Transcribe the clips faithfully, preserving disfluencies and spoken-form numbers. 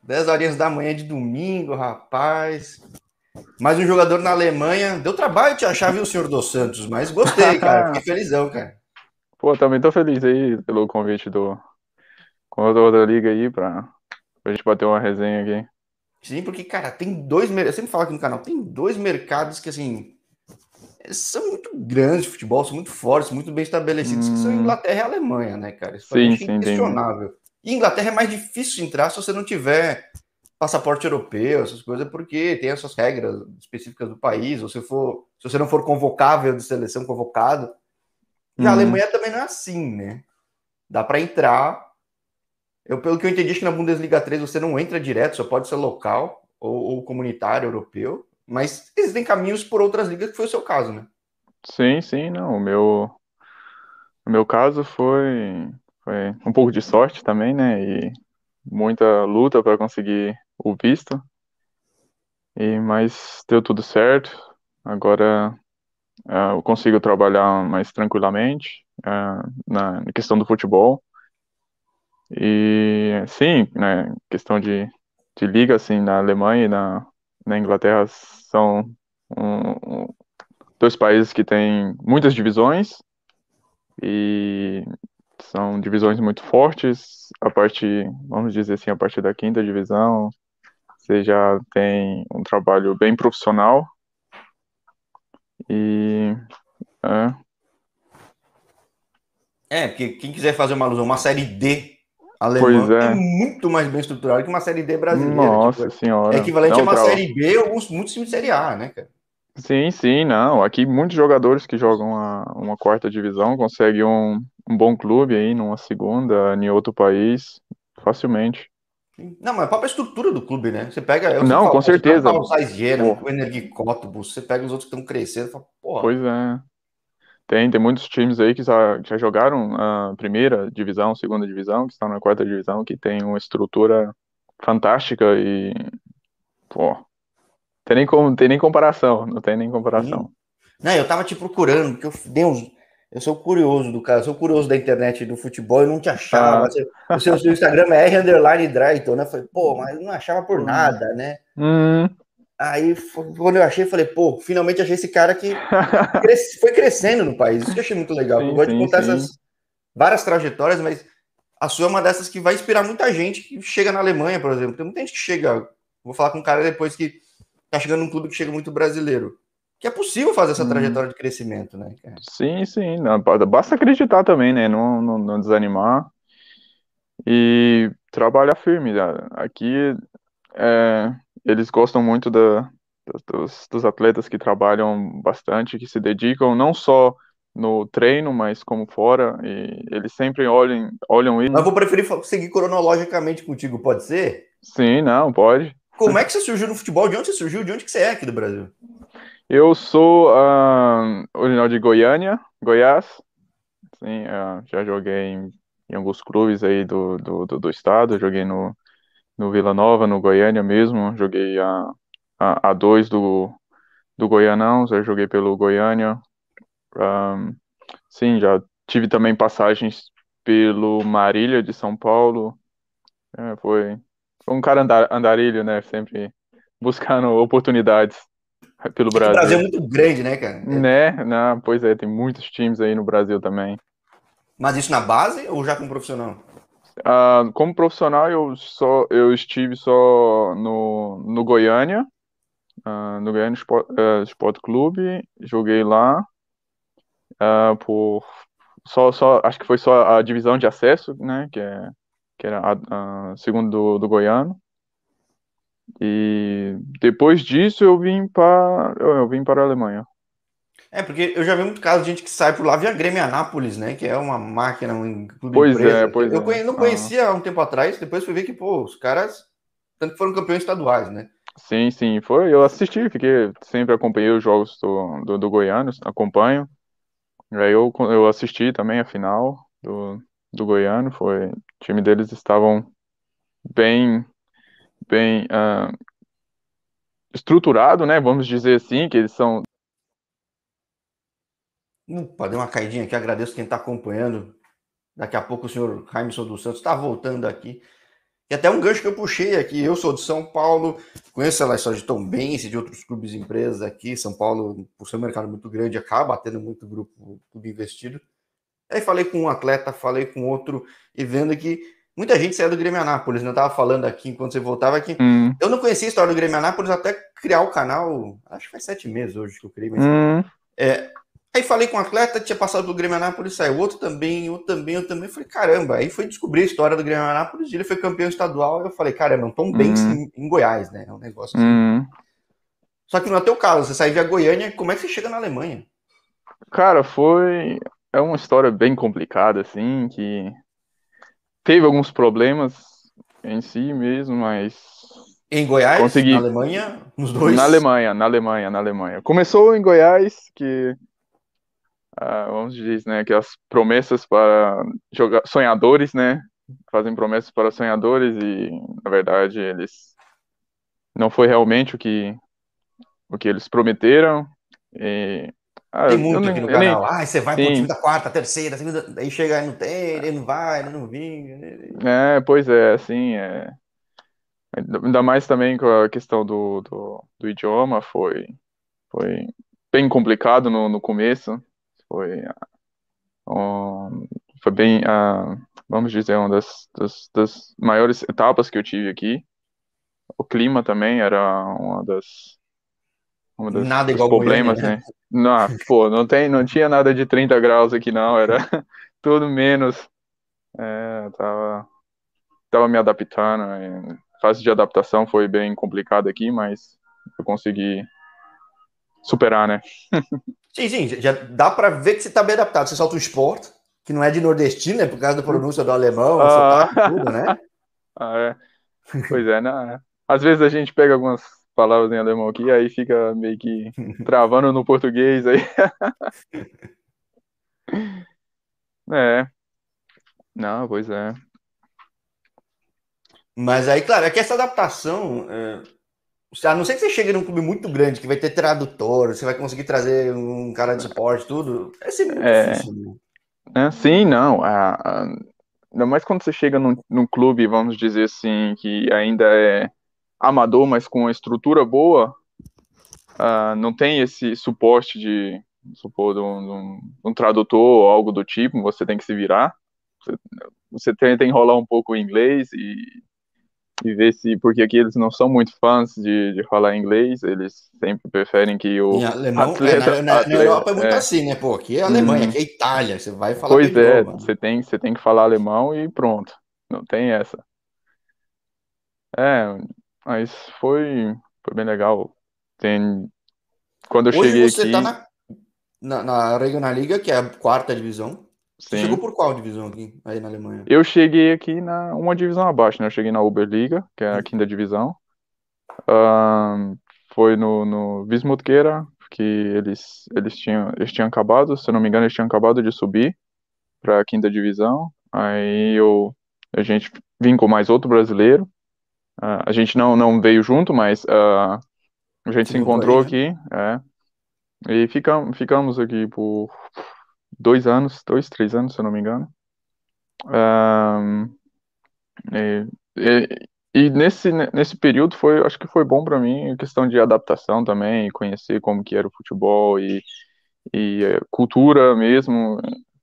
dez horinhas da manhã de domingo, rapaz. Mais um jogador na Alemanha. Deu trabalho te achar, viu, senhor dos Santos? Mas gostei, cara. Fiquei felizão, cara. Pô, também tô feliz aí pelo convite do com a outra liga aí pra, pra gente bater uma resenha aqui. Sim, porque, cara, tem dois. Eu sempre falo aqui no canal, tem dois mercados que, assim, são muito grandes de futebol, são muito fortes, muito bem estabelecidos, que são a Hum, Inglaterra e a Alemanha, né, cara? Isso pra mim sim, acho que é sim, tem. inquestionável. E Inglaterra é mais difícil de entrar se você não tiver passaporte europeu, essas coisas, porque tem essas regras específicas do país, ou se, for, se você não for convocável de seleção convocado. Já a Hum, Alemanha também não é assim, né? Dá para entrar. Eu, pelo que eu entendi, acho que na Bundesliga três você não entra direto, só pode ser local ou, ou comunitário europeu. Mas existem caminhos por outras ligas, que foi o seu caso, né? sim, sim, não. O meu, o meu caso foi, foi um pouco de sorte também, né? E muita luta para conseguir o visto. E, mas deu tudo certo. Agora ah, eu consigo trabalhar mais tranquilamente ah, na na questão do futebol. E sim, né, questão de, de liga, assim, na Alemanha e na, na Inglaterra são um- um- dois países que têm muitas divisões e são divisões muito fortes. A partir, vamos dizer assim, a partir da quinta divisão, você já tem um trabalho bem profissional e é, É, porque quem quiser fazer uma alusão, uma série D pois alemã é é, muito mais bem estruturada que uma série D brasileira. Tipo, nossa é senhora, equivalente a não, uma tra... série B, alguns muitos times de série A, né, cara? Sim, sim, não. Aqui muitos jogadores que jogam a, uma quarta divisão conseguem um, um bom clube aí numa segunda, em outro país, facilmente. Não, mas a própria estrutura do clube, né? Você pega, eu sempre Não, falo, com pô, você pega um certeza. Carl Zeiss Jena, Pô, um Energie Cottbus, você pega os outros que estão crescendo e fala, porra. pois é. Tem, tem muitos times aí que já, já jogaram a primeira divisão, segunda divisão, que estão na quarta divisão, que tem uma estrutura fantástica e, pô, tem nem como, tem nem comparação, não tem nem comparação. Sim. Não, eu tava te procurando, porque eu dei uns. Eu sou curioso do cara, sou curioso da internet do futebol e não te achava. Ah, Você- O seu, seu Instagram é R underline Drayton, né? Eu falei, pô, mas não achava por nada, né? hum, Aí, fo- quando eu achei, falei, pô, finalmente achei esse cara que cres- foi crescendo no país. Isso que eu achei muito legal, que eu sim, gosto de sim, contar sim. essas várias trajetórias, mas a sua é uma dessas que vai inspirar muita gente que chega na Alemanha, por exemplo. Tem muita gente que chega. Vou falar com um cara depois que tá chegando num clube que chega muito brasileiro. Que é possível fazer essa Hum. trajetória de crescimento, né, cara? Sim, sim, não, ba- basta acreditar também, né? Não, não, não desanimar e trabalhar firme, né? Aqui é, eles gostam muito da, dos, dos atletas que trabalham bastante, que se dedicam não só no treino, mas como fora, e eles sempre olham, olham Mas eu isso. vou preferir seguir cronologicamente contigo, pode ser? Sim, não, pode. Como é que você surgiu no futebol? De onde você surgiu? De onde que você é aqui do Brasil? Eu sou ah, original de Goiânia, Goiás. Sim, ah, já joguei em, em alguns clubes aí do, do, do, do estado, joguei no no Vila Nova, no Goiânia mesmo. Joguei a, a, a dois do, do Goianão, já joguei pelo Goiânia. Ahn, sim, já tive também passagens pelo Marília de São Paulo. É, foi, foi um cara andar, andarilho, né? Sempre buscando oportunidades pelo É que o Brasil é Brasil. muito grande, né, cara? É- Né? Não, pois é, tem muitos times aí no Brasil também. Mas isso na base ou já como profissional? Ah, como profissional, eu só eu estive só no, no Goiânia, ah, no Goiânia Sport, eh, Sport Clube, joguei lá ah, por só, só acho que foi só a divisão de acesso, né, que é que era a, a segundo do, do Goiano. E depois disso eu vim para eu, eu vim para a Alemanha. É, porque eu já vi muito caso de gente que sai por lá via Grêmio Anápolis, né? Que é uma máquina, um clube Pois é, empresa. pois Eu é. conhe- não Ah, conhecia há um tempo atrás, depois fui ver que, pô, os caras tanto que foram campeões estaduais, né? sim, sim, foi. Eu assisti, fiquei sempre acompanhei os jogos do, do, do Goiano, acompanho. Aí eu, eu assisti também a final do, do Goiano, foi, o time deles estavam bem, bem ah, estruturado, né? Vamos dizer assim, que eles são. Opa, deu uma caidinha aqui, agradeço quem está acompanhando. Daqui a pouco o senhor Raimson dos Santos está voltando aqui. E até um gancho que eu puxei aqui, eu sou de São Paulo, conheço a história de Tombense, de outros clubes e empresas aqui. São Paulo, por ser um mercado muito grande, acaba tendo muito grupo clube investido. Aí falei com um atleta, falei com outro, e vendo que muita gente saiu do Grêmio Anápolis, né? Eu tava falando aqui enquanto você voltava que Hum, eu não conhecia a história do Grêmio Anápolis até criar o canal, acho que faz sete meses hoje que eu criei, mas hum, é, aí falei com um atleta, tinha passado pelo Grêmio Anápolis, saiu outro também, outro também, outro também. Falei, caramba, aí foi descobrir a história do Grêmio Anápolis, ele foi campeão estadual. Eu falei, caramba, não tão bem hum, em, em Goiás, né? É um negócio assim. hum. Só que no teu caso, você sai via Goiânia, como é que você chega na Alemanha? Cara, foi. É uma história bem complicada, assim, que teve alguns problemas em si mesmo, mas Em Goiás, na consegui. Alemanha, nos Na dois. Alemanha, na Alemanha, na Alemanha. Começou em Goiás, que, ah, vamos dizer, né, que as promessas para jogar, sonhadores, né, fazem promessas para sonhadores e, na verdade, eles não foi realmente o que, o que eles prometeram. E, ah, Tem eu muito aqui nem, no eu nem, canal. Ah, você vai pro time sim, da quarta, terceira, segunda, aí chega aí não tem, ele não vai, ele não vinga. é, pois é, assim, é, ainda mais também com a questão do, do, do idioma, foi, foi bem complicado no, no começo, foi, um, foi bem, ah, vamos dizer, uma das, das, das maiores etapas que eu tive aqui. O clima também era uma das, uma das, Nada dos igual Goiânia, problemas, né? né? Não, pô, não tem, não tinha nada de trinta graus aqui não, era tudo menos. É, tava, tava me adaptando. é, A fase de adaptação foi bem complicada aqui, mas eu consegui superar, né? Sim, sim, já dá para ver que você está bem adaptado. Você solta um esporte, que não é de nordestino, é por causa da pronúncia do alemão, o Ah, sotaque, tudo, né? ah, é. Pois é, né? Às vezes a gente pega algumas palavras em alemão aqui, aí fica meio que travando no português aí. É, não, pois é. Mas aí, claro, é que essa adaptação, é, a não ser que você chegue num clube muito grande, que vai ter tradutor, você vai conseguir trazer um cara de suporte, tudo, é sempre muito É, difícil. Né? né? Sim, não. A, a, ainda mais quando você chega num, num clube, vamos dizer assim, que ainda é amador, mas com uma estrutura boa, ah, não tem esse suporte de, supor, de um, de um- de um tradutor ou algo do tipo, você tem que se virar. Você, você tenta enrolar um pouco o inglês e, e ver se, porque aqui eles não são muito fãs de, de falar inglês, eles sempre preferem que Em o alemão, é, atleta, na, na, na Europa atleta, é muito é, assim, né? Pô, aqui é Alemanha, uhum. aqui é Itália, você vai falar aquele Pois é, idioma. Né? você tem, você tem que falar alemão e pronto. Não tem essa. É, mas foi, foi bem legal. Tem, quando eu Hoje cheguei você está aqui, na, na, na Regionalliga, que é a quarta divisão. Você chegou sim, por qual divisão aqui, aí na Alemanha? eu cheguei aqui na uma divisão abaixo, né? Eu cheguei na Oberliga, que é a quinta divisão. Ahn, foi no, no Wismut Gera, que eles, eles tinham, eles tinham acabado, se eu não me engano, eles tinham acabado de subir para a quinta divisão. Aí eu, a gente vim com mais outro brasileiro. Ah, a gente não, não veio junto, mas ah, a gente Se se encontrou aí, encontrou né? aqui, é, e ficamos, ficamos aqui por dois anos, dois, três anos, se eu não me engano. Ahn, e, e, e nesse, nesse período foi, acho que foi bom para mim, a questão de adaptação também, conhecer como que era o futebol e, e eh, cultura mesmo.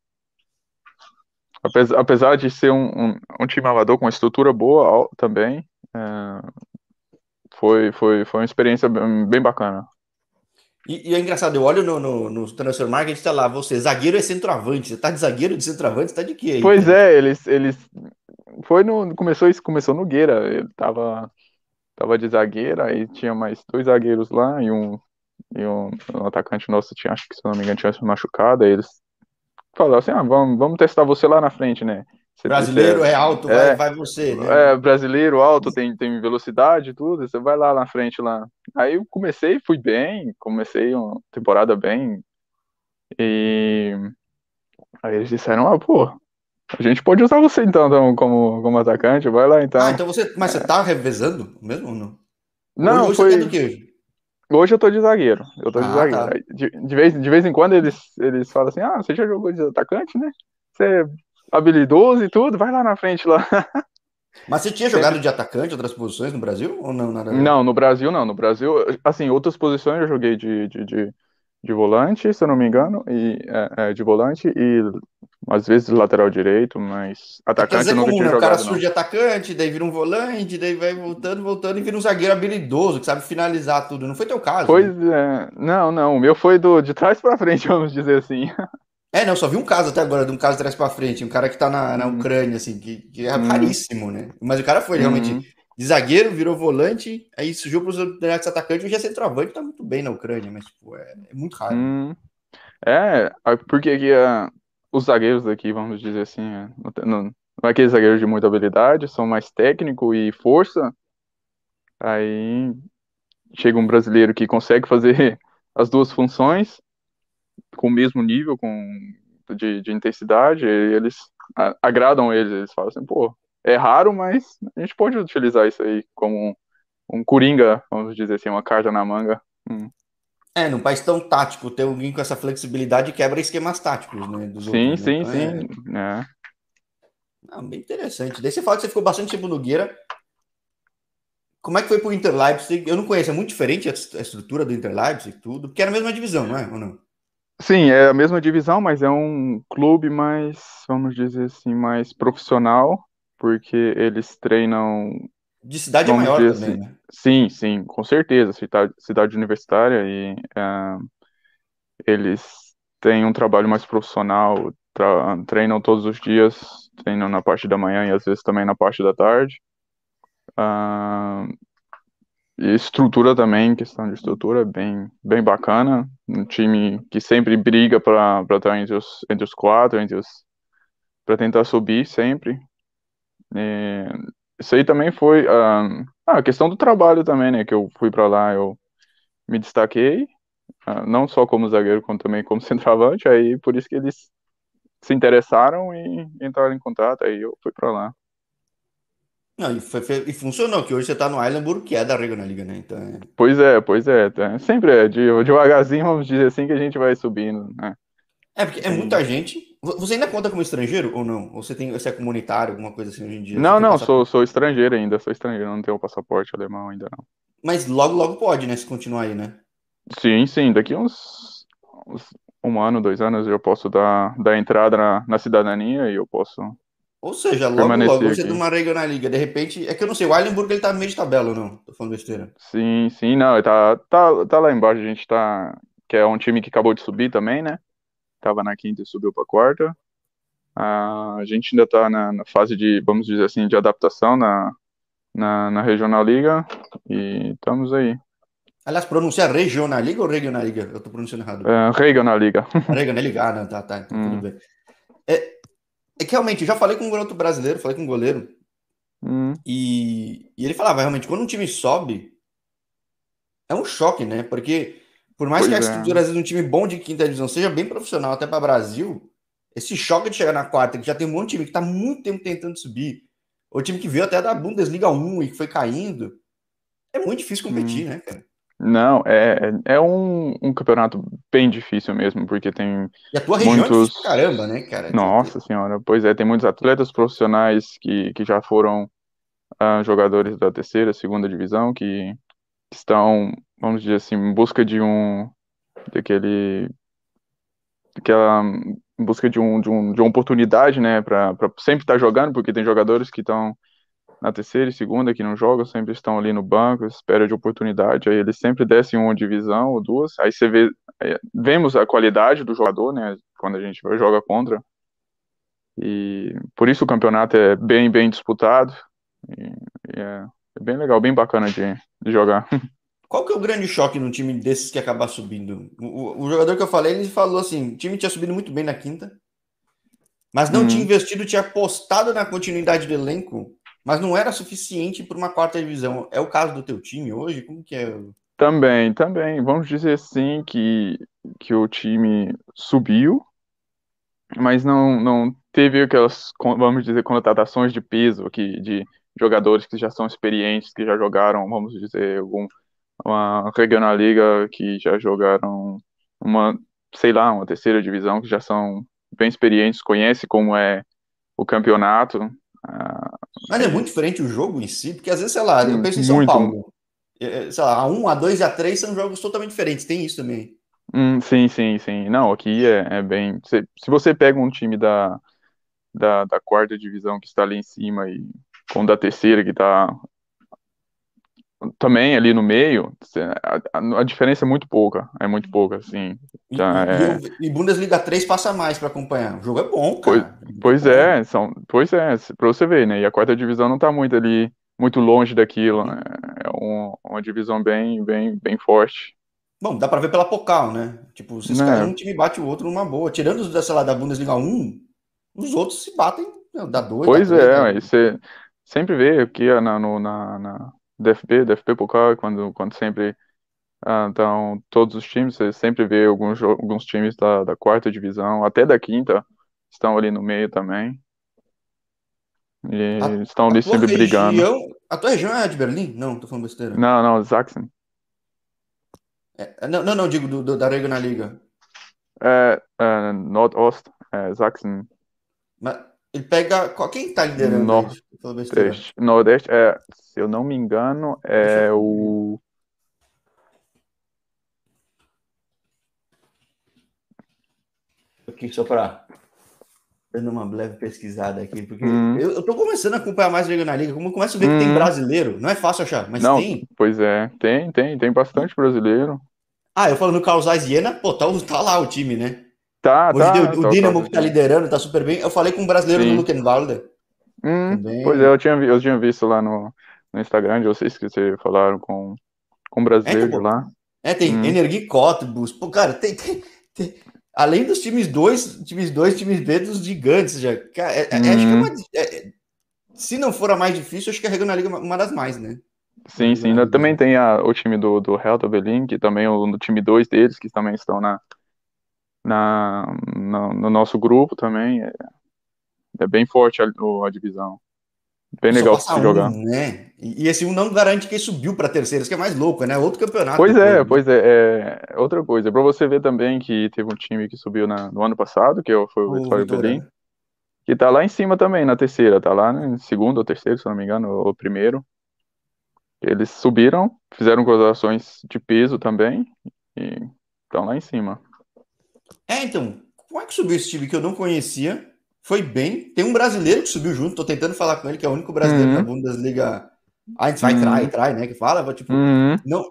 Apesar, apesar de ser um, um, um time amador com uma estrutura boa ao- também, eh, foi, foi, foi uma experiência bem, bem bacana. E, e é engraçado, eu olho no, no, no Transfer Market, tá lá, você, zagueiro é centroavante. Você tá de zagueiro, de centroavante, você tá de quê aí, Pois cara? é, eles, eles foi no, começou isso, começou no Gueira, ele tava, tava de zagueiro, aí tinha mais dois zagueiros lá e um, e um, um atacante nosso tinha, acho que se eu não me engano, tinha se machucado, aí eles falaram assim, ah, vamos, vamos testar você lá na frente, né? Você, você Brasileiro é alto, vai, é, vai você, é, né? é brasileiro, alto, tem, tem velocidade e tudo, você vai lá na frente lá. Aí eu comecei, fui bem, comecei uma temporada bem, e aí eles disseram, ah, pô, a gente pode usar você então, então como, como atacante, vai lá Ah, então. então você. Mas você tá revezando mesmo ou não? Hoje, Não, hoje você tá foi. do quê hoje? Hoje eu tô de zagueiro. Eu tô de Ah, zagueiro. tá. Aí, De, de vez, de vez em quando eles, eles falam assim: ah, você já jogou de atacante, né? Você é habilidoso e tudo, vai lá na frente lá. Mas você tinha Sempre. jogado de atacante, outras posições no Brasil? Ou não, nada a ver? Não, no Brasil não. No Brasil, assim, outras posições eu joguei de, de, de, de volante, se eu não me engano, e é, é, de volante e às vezes lateral direito, mas É que às vezes atacante é eu nunca comum, tinha né? O cara jogado, surge não. de atacante, daí vira um volante, daí vai voltando, voltando e vira um zagueiro habilidoso, que sabe finalizar tudo. Não foi teu caso, Pois né? é, não, não, o meu foi do, de trás pra frente, vamos dizer assim. É, não, só vi um caso até agora, de um caso de trás pra frente, um cara que tá na, na Hum, Ucrânia, assim, que, que é hum, raríssimo, né? Mas o cara foi realmente hum, de zagueiro, virou volante, aí surgiu pros outros atacantes, hoje é centroavante, tá muito bem na Ucrânia, mas, tipo, é, é muito raro, né? hum. É, a- porque aqui ah, os zagueiros daqui, vamos dizer assim, é, não, tem- não, não é aqueles zagueiros de muita habilidade, são mais técnico e força. Aí chega um brasileiro que consegue fazer as duas funções com o mesmo nível com, de, de intensidade, e eles a- agradam eles, eles falam assim, pô, é raro, mas a gente pode utilizar isso aí como um, um coringa, vamos dizer assim, uma carta na manga. Hum. É, num país tão tático, ter alguém com essa flexibilidade quebra esquemas táticos, né, dos Sim, outros, né? sim, Então sim, é, é. não, bem interessante. Daí você fala que você ficou bastante tempo no Nogueira. Como é que foi pro Inter Leipzig? Eu não conheço, é muito diferente a a estrutura do Inter Leipzig e tudo, porque era a mesma divisão, não é? Ou não? Sim, é a mesma divisão, mas é um clube mais, vamos dizer assim, mais profissional, porque eles treinam, De cidade é vamos maior dizer também, assim, né? sim, sim, com certeza, cidade, cidade universitária e ah, eles têm um trabalho mais profissional, tra- treinam todos os dias, treinam na parte da manhã e às vezes também na parte da tarde. Ah, e estrutura também, questão de estrutura, é bem, bem bacana. Um time que sempre briga para estar entre os, entre os quatro, entre os, para tentar subir sempre. E isso aí também foi ah, ah, a questão do trabalho também, né? Que eu fui para lá, eu me destaquei, ah, não só como zagueiro, como também como centroavante. Aí por isso que eles se interessaram e entraram em contato. Aí eu fui para lá. Não, e, foi- foi- e funcionou, que hoje você tá no Islandburg, que é da Regionalliga, né? Então é... Pois é, pois é, tá. Sempre é de, devagarzinho, vamos dizer assim, que a gente vai subindo, né? É, porque é E- muita gente. Vo- Você ainda conta como estrangeiro ou não? Ou você tem, você é comunitário, alguma coisa assim hoje em dia? Você Não, tem não, sou, passaporte? sou estrangeiro ainda, sou estrangeiro, não tenho passaporte alemão ainda não. Mas logo, logo pode, né? Se continuar aí, né? Sim, sim, daqui uns, uns um ano, dois anos eu posso dar, dar entrada na, na cidadania e eu posso Ou seja, logo, logo, permanecer hoje é de aqui. uma Regionalliga. De repente, é que eu não sei, o Islandburg ele tá no meio de tabela ou não? Tô falando besteira. Sim, sim, não, tá, tá, tá lá embaixo, a gente tá, que é um time que acabou de subir também, né? Tava na quinta e subiu pra quarta. Ah, a gente ainda tá na, na fase de, vamos dizer assim, de adaptação na, na, na Regional Liga e estamos aí. Aliás, pronunciar Regionalliga ou Regionalliga? Eu tô pronunciando errado. É, Regional Liga. Regionalliga, ah, não, tá, tá, então tudo Hum, bem. É, é que realmente, eu já falei com um outro brasileiro, falei com um goleiro, hum, e, e ele falava, realmente, quando um time sobe, é um choque, né? Porque por mais que pois a é. estrutura, às vezes, um time bom de quinta divisão seja bem profissional até para Brasil, esse choque de chegar na quarta, que já tem um monte de time que tá muito tempo tentando subir, ou time que veio até da Bundesliga um e que foi caindo, é muito difícil Hum. competir, né, cara? Não, é, é é um, um campeonato bem difícil mesmo, porque tem E a tua região é muitos. difícil pra caramba, né, cara? Te- te- Nossa senhora, pois é, tem muitos atletas profissionais que, que já foram ah, jogadores da terceira, segunda divisão, que estão, vamos dizer assim, em busca de um, daquele, daquela, em busca de um, de um, de uma oportunidade, né, para sempre estar jogando, porque tem jogadores que estão na terceira e segunda que não jogam, sempre estão ali no banco, espera de oportunidade, aí eles sempre descem uma divisão ou duas, aí você vê, é, vemos a qualidade do jogador, né, quando a gente vai joga contra, e por isso o campeonato é bem, bem disputado, e, e é, é bem legal, bem bacana de, de jogar. Qual que é o grande choque num time desses que acabar subindo? O, o- o jogador que eu falei, ele falou assim, o time tinha subido muito bem na quinta, mas não tinha Hum. investido, tinha apostado na continuidade do elenco, mas não era suficiente para uma quarta divisão. É o caso do teu time hoje? Como que é? Também, também, vamos dizer assim que, que o time subiu, mas não, não teve aquelas, con- vamos dizer, conotações de peso aqui, de jogadores que já são experientes, que já jogaram, vamos dizer, algum, uma regional liga, que já jogaram uma, sei lá, uma terceira divisão, que já são bem experientes, conhecem como é o campeonato. Mas é muito diferente o jogo em si, porque às vezes, sei lá, eu penso em São Muito. Paulo. É, sei lá, a um, a dois e a três são jogos totalmente diferentes. Tem isso também. Hum, sim, sim, sim. Não, aqui é, é bem. Se, se você pega um time da, da, da quarta divisão que está ali em cima e com o da terceira que está também ali no meio, cê- a, a- a diferença é muito pouca. É muito pouca, assim. E, Já e, e eu, é, e Bundesliga três passa mais para acompanhar. O jogo é bom, pois, cara. É muito pois bom. é, são, pois é, pra você ver, né? E a quarta divisão não tá muito ali, muito longe daquilo, né? É um- uma divisão bem, bem, bem forte. Bom, dá para ver pela Pokal, né? Tipo, vocês caem, Né? um time bate o outro numa boa. Tirando os da, sei lá, da Bundesliga um, os outros se batem, não, dá dois, dá Pois três, é, dá... aí você sempre vê aqui ah, na, no, na, na D F B, D F B Pokal, quando, quando sempre ah, estão todos os times, você sempre vê alguns, jo- alguns times da, da quarta divisão, até da quinta, estão ali no meio também, A, e estão a ali tua sempre brigando. região. A tua região é de Berlim? Não, tô falando besteira. Não, não, Sachsen. É, não, não, não, digo do, do- da Regional Liga. É, é, Nordost, é, Sachsen, Mas ele pega. qual- Quem tá liderando aí? Nordeste. Tô falando besteira. Nordeste é, se eu não me engano, Deixa é eu. o. Aqui, só para dando uma leve pesquisada aqui, porque Hum, eu, eu tô começando a acompanhar mais Regional Liga, como eu começo a ver que tem hum, brasileiro, não é fácil achar, mas não, tem. pois é, tem, tem, tem bastante brasileiro. Ah, eu falo no Carl Zeiss Jena, pô, tá, o- tá lá o time, né? Tá, Hoje deu tá, o tá o Dinamo caso que tá de. liderando, tá super bem. Eu falei com um brasileiro do Sim. Luckenwalder, Hum, pois é, eu também. tinha, vi- eu tinha visto lá no, no Instagram de vocês que vocês falaram com, com um É, então, brasileiro de pô, lá. é, tem Hum, Energie Cottbus, pô, cara, tem, tem, tem- além dos times dois, times dois, times B dos gigantes já. Cara, é- é- acho que é uma, hum, é- se não for a mais difícil, acho que a Regional Liga é uma das mais, né? A sim, sim. Regional Ainda Liga. também tem a, o time do, do Hertha Berlin, que também é o no time dois deles, que também estão na, na, no, no nosso grupo também. É, é bem forte a, o- a divisão. Bem Que só legal de passa se jogar. um, né? E, e esse um não garante quem subiu para terceira, isso que é mais louco, né? Outro campeonato Pois depois, é, né? pois é, é outra coisa. Para você ver também que teve um time que subiu na- no ano passado, que é o- foi o O Vitória Vitória, Berlim, né? que tá lá em cima também, na terceira, tá lá em segundo ou terceiro, se eu não me engano, ou primeiro. Eles subiram, fizeram contratações de peso também e estão lá em cima. É, então, como é que subiu esse time que eu não conhecia? Foi bem. Tem um brasileiro que subiu junto, tô tentando falar com ele, que é o único brasileiro na Uhum, Bundesliga. Ah, a gente vai trai, uhum, trai, né? Que fala, tipo, uhum. não.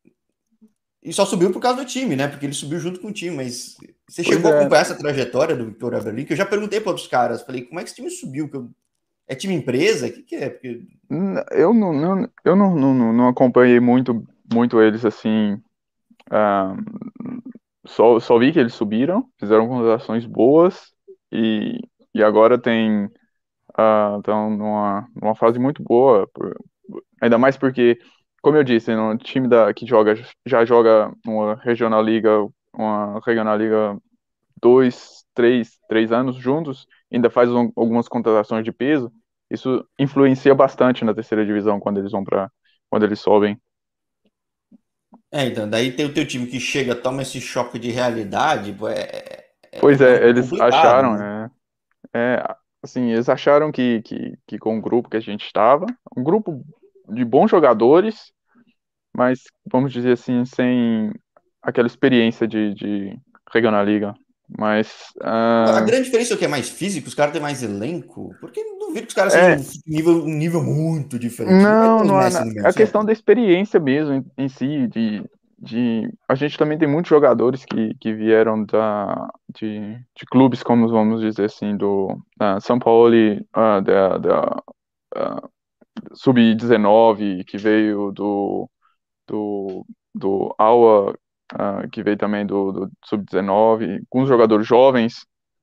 E só subiu por causa do time, né? Porque ele subiu junto com o time. Mas você Pois chegou a é. acompanhar essa trajetória do Vitória Berlim? Que eu já perguntei para outros caras. Falei, como é que esse time subiu? Que eu- É time empresa? O que, que é? Porque. N- Eu não, não, eu não, não, não não acompanhei muito, muito eles assim. ah, só, só vi que eles subiram, fizeram contratações boas e, e agora tem estão numa, numa fase muito boa. por- ainda mais porque, como eu disse, né, um time da, que joga já joga uma regional liga, uma regional liga dois, três, três anos juntos, ainda faz um- algumas contratações de peso. Isso influencia bastante na terceira divisão quando eles vão para quando eles sobem. É, então, daí tem o teu time que chega, toma esse choque de realidade, pô, é, Pois é, é um é, pouco eles complicado, acharam, né? é, é, assim, eles acharam que, que, que com o grupo que a gente estava, um grupo de bons jogadores, mas vamos dizer assim, sem aquela experiência de, de regional liga. Mas A ah, grande diferença é o que é mais físico, os caras têm mais elenco, porque não duvido que os caras sejam é, um nível, um nível muito diferente. Não vai ter não, uns não é Messi na- no é meio, a questão certo? da experiência mesmo em, em si, de, de a gente também tem muitos jogadores que, que vieram da de, de clubes como vamos dizer assim do ah, São Paulo, ah, da, da ah, sub dezenove que veio do do do Aua, ah, que veio também do, do sub dezenove, com os jogadores jovens.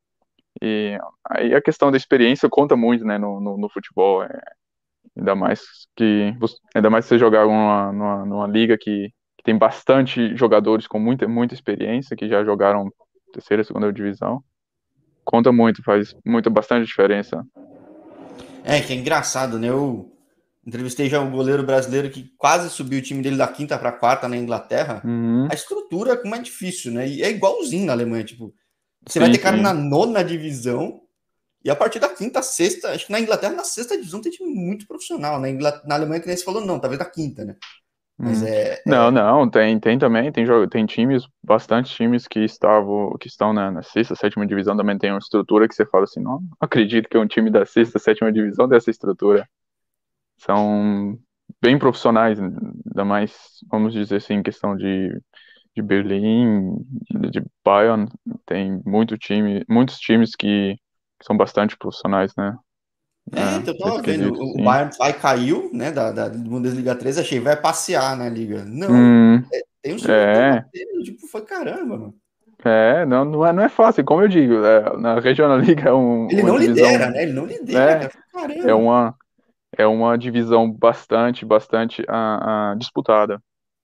E aí a questão da experiência conta muito, né, no, no, no futebol. É, ainda mais que você- ainda mais se você jogar numa, numa, numa liga que, que tem bastante jogadores com muita, muita experiência, que já jogaram terceira, segunda divisão. Conta muito, faz muita, bastante diferença. É, que é engraçado, né? Eu entrevistei já um goleiro brasileiro que quase subiu o time dele da quinta para quarta na Inglaterra. A Uhum. estrutura como é difícil, né? E é igualzinho na Alemanha, tipo, você vai Sim, ter cara na sim. nona divisão E a partir da quinta, sexta, acho que na Inglaterra, na sexta divisão, tem time muito profissional. Na, Ingl... na Alemanha, que nem você falou, não, talvez na quinta, né? Mas Hum. é, Não, é, não, tem, tem também, tem, jogo, tem times, bastante times que estavam, que estão na, na sexta, sétima divisão, também tem uma estrutura que você fala assim, não, não acredito que um time da sexta, sétima divisão dessa estrutura. São bem profissionais, ainda mais, vamos dizer assim, em questão de, de Berlim, de Bayern, tem muito time, muitos times que, que são bastante profissionais, né? É, É, então eu nesse tava vendo, quesito, o o sim. Bayern vai caiu, né, da, da Bundesliga três, achei, vai passear na liga. Não, Hum, é, tem um time que tá é, batendo, tipo, foi caramba, mano. é, não, não é, não é fácil, como eu digo, é, na Regional League é um- Ele uma não lidera, divisão, né, ele não lidera, né? cara, É caramba. uma, é uma divisão bastante, bastante ah, ah, disputada.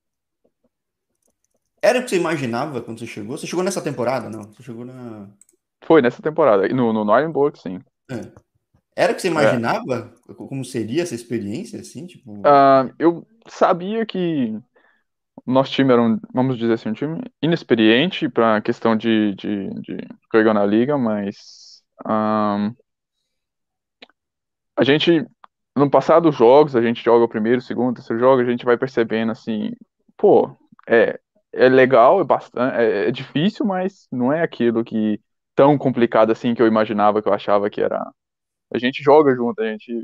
Era o que você imaginava quando você chegou? Você chegou nessa temporada, não? Você chegou na... Foi nessa temporada, e no, no Nuremberg, sim. É. Era o que você É. imaginava? Como seria essa experiência, assim, tipo... Ah, eu sabia que o nosso time era um, vamos dizer assim, um time inexperiente para a questão de, de, de jogar na liga, mas ah, a gente, no passar dos jogos, a gente joga o primeiro, o segundo, o terceiro jogo, a gente vai percebendo assim, pô, é, é legal, é bastante, é, é difícil, mas não é aquilo que tão complicado assim que eu imaginava, que eu achava que era. A gente joga junto, a gente,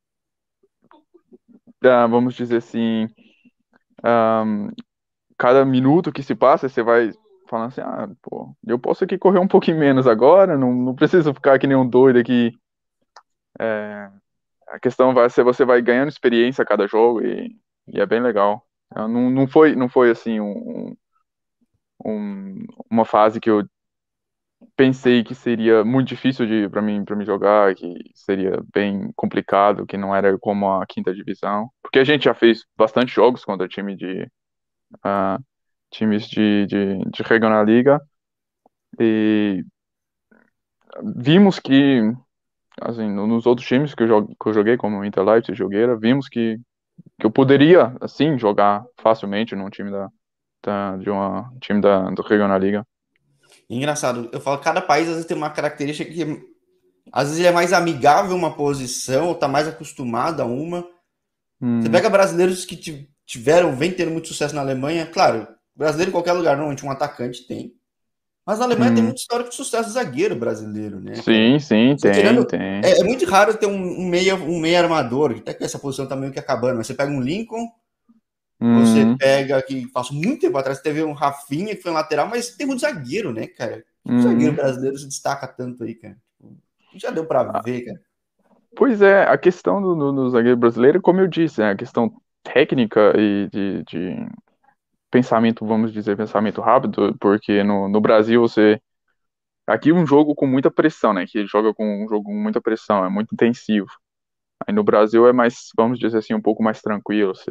ah, vamos dizer assim, ah, cada minuto que se passa, você vai falando assim, ah, pô, eu posso aqui correr um pouquinho menos agora, não, não preciso ficar que nem um doido aqui. É, a questão vai ser, você vai ganhando experiência a cada jogo e, e é bem legal. Eu Não, não foi, não foi assim um, um- uma fase que eu pensei que seria muito difícil de para mim para mim jogar, que seria bem complicado, que não era como a quinta divisão, porque a gente já fez bastante jogos contra time de ah, times de, de, de Regional Liga e vimos que assim no- nos outros times que eu, jo- que eu joguei, como o Inter Leipzig e Jogueira, vimos que, que eu poderia assim jogar facilmente num time da, da de uma um time da do Regional Liga. Engraçado, eu falo, cada país às vezes tem uma característica que às vezes ele é mais amigável a uma posição, ou tá mais acostumado a uma. Você Hum, pega brasileiros que tiveram, vem tendo muito sucesso na Alemanha, claro, brasileiro em qualquer lugar, normalmente um atacante tem. Mas na Alemanha tem hum. muito histórico de sucesso zagueiro brasileiro, né, cara? Sim, sim, Você tem, tirando. tem. É, é muito raro ter um, um meia, um meia armador, até que essa posição tá meio que acabando, mas você pega um Lincoln, você Hum, pega que passou muito tempo atrás, teve um Rafinha que foi um lateral, mas tem muito zagueiro, né, cara? Que o zagueiro hum. brasileiro se destaca tanto aí, cara? Tipo, já deu pra Ah, ver, cara. pois é, a questão do, do, do zagueiro brasileiro, como eu disse, é a questão técnica e de, de pensamento, vamos dizer, pensamento rápido, porque no, no Brasil você. Aqui é um jogo com muita pressão, né? Que joga com um jogo com muita pressão, é muito intensivo. Aí no Brasil é mais, vamos dizer assim, um pouco mais tranquilo. Você,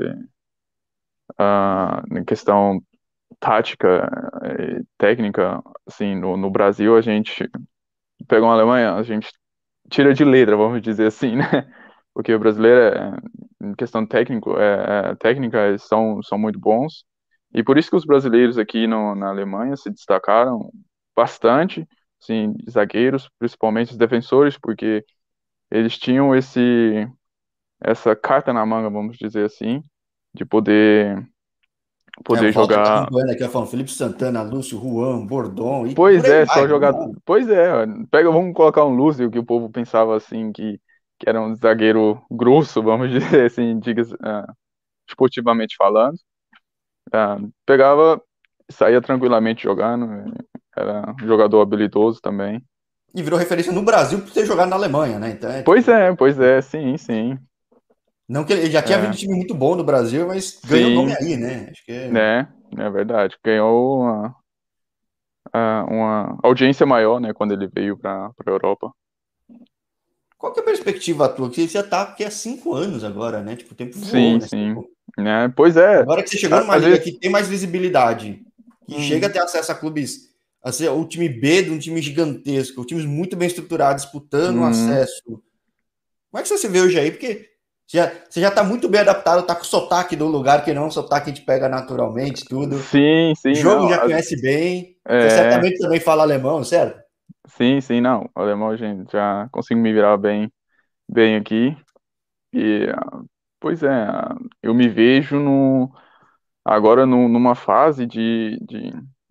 ah, em questão tática e técnica, assim, no, no Brasil a gente pega uma Alemanha, a gente tira de letra, vamos dizer assim, né? Porque o brasileiro, é, em questão técnico, é, é, técnica, eles são, são muito bons. E por isso que os brasileiros aqui no, na Alemanha se destacaram bastante, assim, zagueiros, principalmente os defensores, porque eles tinham esse, essa carta na manga, vamos dizer assim, de poder, É, o poder Walter tá jogar. acompanhando aqui, ó, falando Felipe Santana, Lúcio, Juan, Bordon, e por Pois aí é, vai, só vamos jogar. lá. Pois é, pega, vamos colocar um Lúcio, que o povo pensava assim, que, que era um zagueiro grosso, vamos dizer assim, diga, ah, esportivamente falando. Ah, pegava, saía tranquilamente jogando, era um jogador habilidoso também. E virou referência no Brasil por ter jogado na Alemanha, né? Então é Pois tipo. é, pois é, sim, sim. Não que ele já tinha vindo É, de time muito bom no Brasil, mas ganhou nome sim, aí, né? Acho que é. né? É verdade. Ganhou uma, ah, uma audiência maior, né, quando ele veio para a Europa. Qual que é a perspectiva tua? Que você já tá aqui há cinco anos agora, né? Tipo, o tempo voou, Sim, né? sim. Né? Pois é. Agora que você chegou Á- numa Às liga vezes. que tem mais visibilidade, que chega a Hum, ter acesso a clubes, a ser o time B de um time gigantesco, times muito bem estruturados, disputando o hum, acesso. Como é que você se vê hoje aí? Porque você já, você já tá muito bem adaptado, tá com o sotaque do lugar, que não é um sotaque que a gente pega naturalmente, tudo. sim, O sim, jogo não. já Às- conhece bem. Você É, certamente também fala alemão, certo? sim, sim, não. O alemão, gente, já consigo me virar bem, bem aqui. E, ah, pois é, ah, eu me vejo no, agora no, numa fase de, de,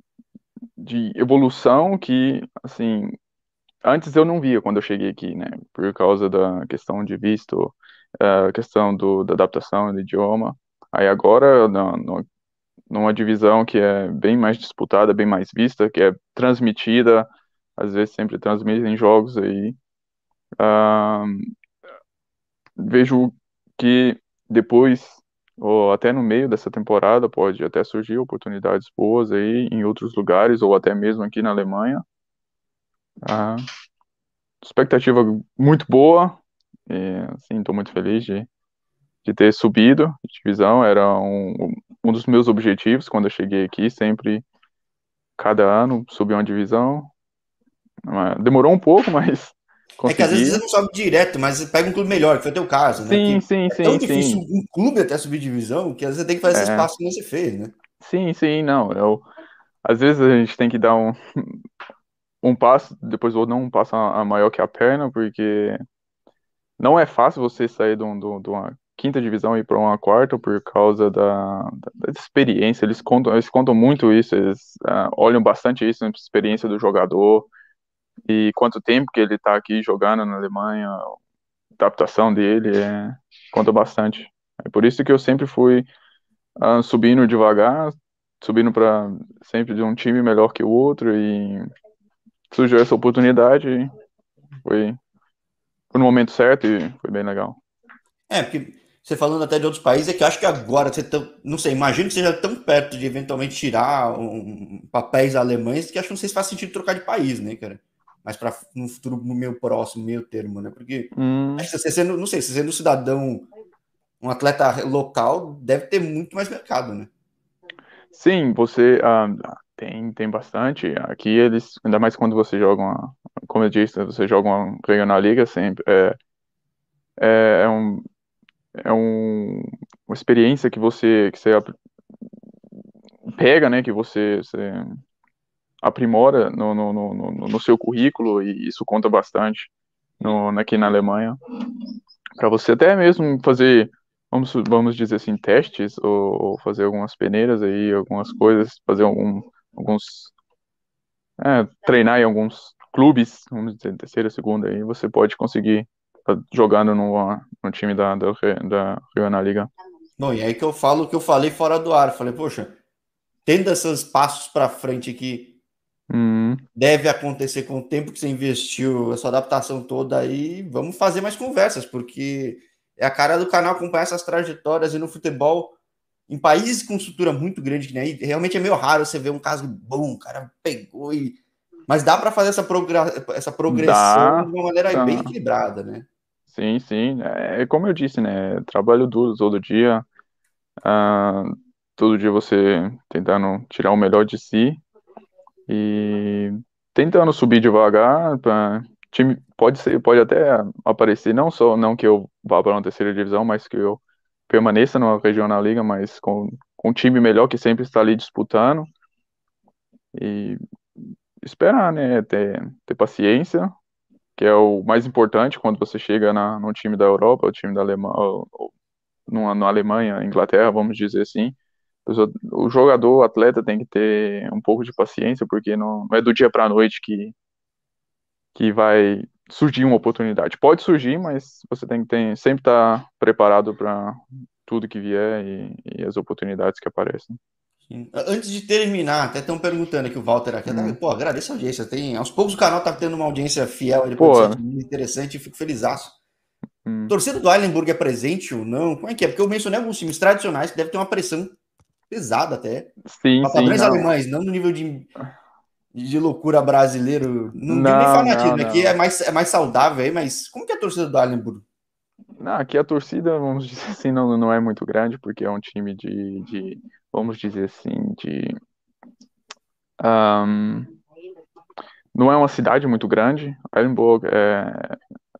de evolução que, assim, antes eu não via quando eu cheguei aqui, né? Por causa da questão de visto, a questão do, da adaptação do idioma. Aí agora, na, no- numa divisão que é bem mais disputada, bem mais vista, que é transmitida, às vezes sempre transmitida em jogos aí, ah, vejo que depois, ou até no meio dessa temporada, pode até surgir oportunidades boas aí em outros lugares, ou até mesmo aqui na Alemanha. Ah, expectativa muito boa, e assim, estou muito feliz de, de ter subido de divisão, era um, um dos meus objetivos quando eu cheguei aqui, sempre, cada ano, subir uma divisão. Ah, demorou um pouco, mas É que às vezes você consegui. não sobe direto, mas você pega um clube melhor, que foi o teu caso, né? Sim, Porque sim, é tão sim, difícil sim. um clube até subir divisão que às vezes você tem que fazer esses É, passos que você fez, né? sim, sim, não. Eu, às vezes a gente tem que dar um, um passo, depois ou não um passo a, a maior que a perna, porque não é fácil você sair de, um- de um- de uma quinta divisão e ir para uma quarta por causa da, da, da experiência. Eles contam, eles contam muito isso, eles ah, olham bastante isso na experiência do jogador e quanto tempo que ele está aqui jogando na Alemanha, a adaptação dele é, conta bastante. É por isso que eu sempre fui ah, subindo devagar, subindo para sempre de um time melhor que o outro e surgiu essa oportunidade, e foi, foi no momento certo e foi bem legal. É, porque você falando até de outros países, é que eu acho que agora você tá, não sei, imagino que seja tão perto de eventualmente tirar um, papéis alemães que acho que não sei se faz sentido trocar de país, né, cara? Mas para no futuro no meio próximo, meio termo, né? Porque Hum, acho que você sendo, não sei, você sendo um cidadão, um atleta local, deve ter muito mais mercado, né? sim, você ah, tem tem bastante. Aqui eles, ainda mais quando você joga uma, como eu disse, você joga uma regional liga sempre é, é, é um é um, uma experiência que você que você ap- pega, né, que você, você aprimora no, no, no, no no seu currículo e isso conta bastante no, aqui na Alemanha. Para você até mesmo fazer, vamos, vamos dizer assim, testes ou, ou fazer algumas peneiras aí, algumas coisas, fazer algum, alguns, é, treinar em alguns clubes, vamos dizer, terceira, segunda, aí você pode conseguir tá jogando no, no time da, da, da Regional Liga. Bom, e aí que eu falo o que eu falei fora do ar. Falei, poxa, tendo esses passos para frente que Hum, deve acontecer com o tempo que você investiu, essa adaptação toda aí, vamos fazer mais conversas, porque é a cara do canal acompanhar essas trajetórias e no futebol, em países com estrutura muito grande, que nem aí, realmente é meio raro você ver um caso bom, o cara pegou e. Mas dá para fazer essa, progra... essa progressão dá, de uma maneira bem tá. equilibrada, né? Sim, sim, é é como eu disse, né, trabalho duro todo dia, ah, todo dia você tentando tirar o melhor de si, e tentando subir devagar, pra, time pode ser, pode até aparecer não só não que eu vá para uma terceira divisão, mas que eu permaneça numa regional liga, mas com, com um time melhor que sempre está ali disputando e esperar, né, ter, ter paciência, que é o mais importante quando você chega na, no time da Europa, o time da Alemanha, ou, ou numa, na Alemanha, Inglaterra, vamos dizer assim. O jogador, o atleta tem que ter um pouco de paciência, porque não, não é do dia para a noite que que vai surgir uma oportunidade. Pode surgir, mas você tem que ter, sempre estar preparado para tudo que vier e, e as oportunidades que aparecem. Antes de terminar, até estão perguntando aqui o Walter aqui. Até, Hum. pô, agradeço a audiência. Tem, aos poucos o canal tá tendo uma audiência fiel depois de Pô, sete mil, interessante, e fico feliz. A hum, torcida do Eilenburg é presente ou não? Como é que é? Porque eu mencionei alguns times tradicionais que devem ter uma pressão pesada até. sim, Para sim, padrões não. alemães, não no nível de, de loucura brasileiro. Não digo nem Não, não, fanatismo, aqui é não. mais, é mais saudável aí, mas como que é a torcida do Eilenburg? Não, aqui a torcida, vamos dizer assim, não, não é muito grande, porque é um time de, de vamos dizer assim, de. Ahn, não é uma cidade muito grande. Eilenburg é,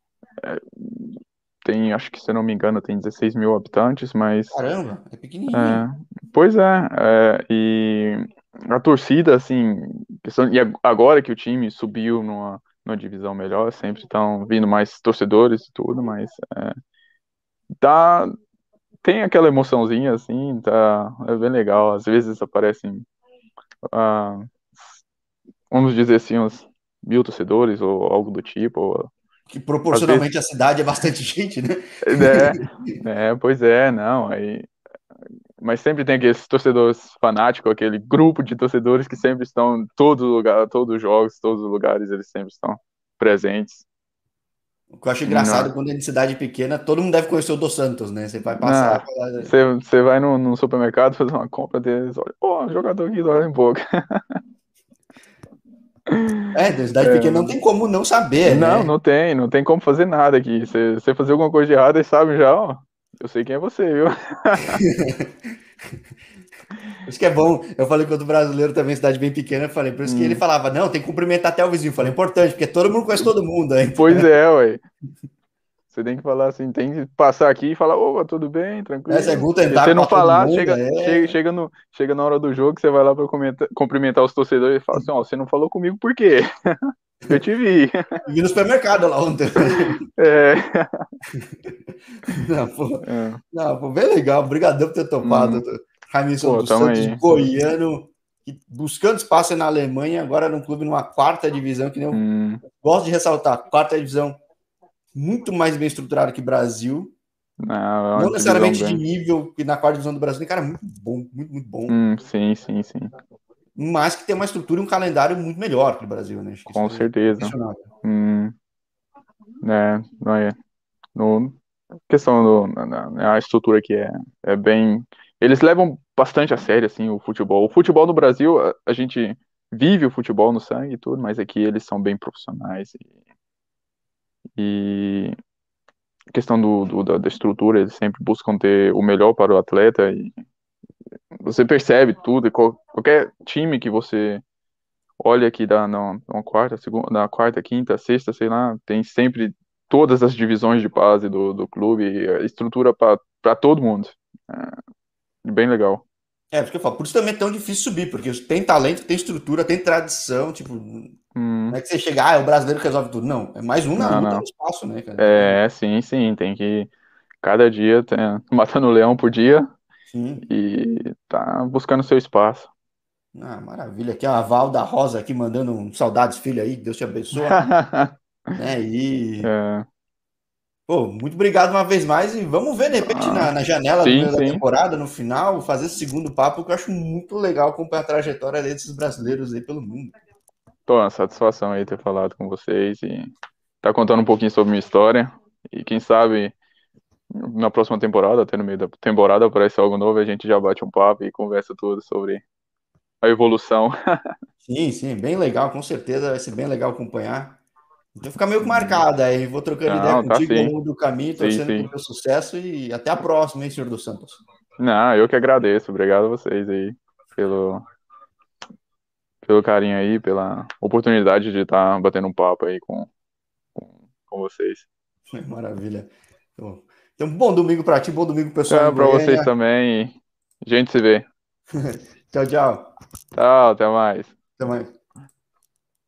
tem, acho que se eu não me engano, tem dezesseis mil habitantes, mas Caramba, é pequenininho. é, pois é, é, e a torcida, assim, questão, e agora que o time subiu numa, numa divisão melhor, sempre estão vindo mais torcedores e tudo, mas é, tá, tem aquela emoçãozinha assim, tá, é bem legal. Às vezes aparecem, ah, vamos dizer assim, uns mil torcedores ou algo do tipo, ou, Que às vezes, proporcionalmente a cidade é bastante gente, né? é, é, pois é, não, aí, mas sempre tem aqueles torcedores fanáticos, aquele grupo de torcedores que sempre estão em todo lugar, todos os jogos, todos os lugares, eles sempre estão presentes. O que eu acho Não, engraçado quando é de cidade pequena, todo mundo deve conhecer o Dos Santos, né? Você vai passar. não, você, você vai no, no supermercado fazer uma compra deles, olha, pô, jogador aqui do Orenburg. É, de cidade pequena não É, tem como não saber, não, né? não tem, não tem como fazer nada aqui. Você, você fazer alguma coisa de errado, eles sabem já, ó. Eu sei quem é você, viu? Por isso que é bom. Eu falei com outro brasileiro também, cidade bem pequena, eu falei, por isso que ele Hum, falava, não, tem que cumprimentar até o vizinho. Eu falei, importante, porque todo mundo conhece todo mundo aí. pois é, ué. Você tem que falar assim, tem que passar aqui e falar, opa, tudo bem, Né? Você é tranquilo. Se você cumprimentar não para todo falar, mundo, chega, chega, é. chega, no, chega na hora do jogo, você vai lá para cumprimentar os torcedores e fala assim, ó, você não falou comigo por quê? Eu te vi. Vi no supermercado lá ontem. É, Não, pô, é. não, pô, bem legal. Obrigadão por ter topado. Uhum. Raimison Pô, dos tamo Santos, aí. goiano, que buscando espaço na Alemanha, agora num clube numa quarta divisão, que nem eu Hum, gosto de ressaltar. Quarta divisão muito mais bem estruturada que Brasil. não, é uma Não divisão necessariamente de grande. nível que na quarta divisão do Brasil tem cara muito bom, muito, muito bom. Hum, sim, sim, sim. Mas que tem uma estrutura e um calendário muito melhor que o Brasil, né? Acho que Com isso é certeza. questionável. Hum, é, não é. No, questão do, na, na- a estrutura aqui é, é bem. Eles levam bastante a sério, assim, o futebol. O futebol no Brasil, a, a gente vive o futebol no sangue e tudo, mas aqui eles são bem profissionais. E, e questão do, do- da, da estrutura, eles sempre buscam ter o melhor para o atleta. E você percebe tudo, e qual- qualquer time que você olha aqui da, na, na quarta, segunda, na quarta, quinta, sexta, sei lá, tem sempre todas as divisões de base do, do clube, estrutura para todo mundo. É bem legal. É, porque eu falo, por isso também é tão difícil subir, porque tem talento, tem estrutura, tem tradição, tipo, não Hum, é que você chega, ah, é o brasileiro que resolve tudo. Não, é mais um na não, luta no não. espaço, né, cara? Então, É, sim, sim, tem que cada dia tem, matando o leão por dia sim. e tá buscando seu espaço. Ah, maravilha. Aqui é a Val da Rosa aqui mandando um saudades, filho aí, Deus te abençoe. Né? E, É, pô, muito obrigado uma vez mais e vamos ver, de repente, ah, na, na janela do sim, meio da sim. temporada, no final, fazer esse segundo papo, que eu acho muito legal acompanhar a trajetória desses brasileiros aí pelo mundo. Tô uma satisfação aí ter falado com vocês e tá contando um pouquinho sobre minha história. E quem sabe na próxima temporada, até no meio da temporada, aparece algo novo, a gente já bate um papo e conversa tudo sobre a evolução. Sim, sim, bem legal, com certeza vai ser bem legal acompanhar. Então fica meio que Hum, marcada aí, vou trocando ideia Não, tá contigo ao sim. longo do caminho, Sim, torcendo sim. pelo teu sucesso e até a próxima, hein, senhor dos Santos. Não, eu que agradeço. Obrigado a vocês aí pelo, pelo carinho aí, pela oportunidade de estar batendo um papo aí com, com, com vocês. Maravilha. Então, então, bom domingo para ti, bom domingo pessoal em Então, para vocês Goiânia. também. A gente se vê. Tchau, tchau. Tchau, até mais. Até mais.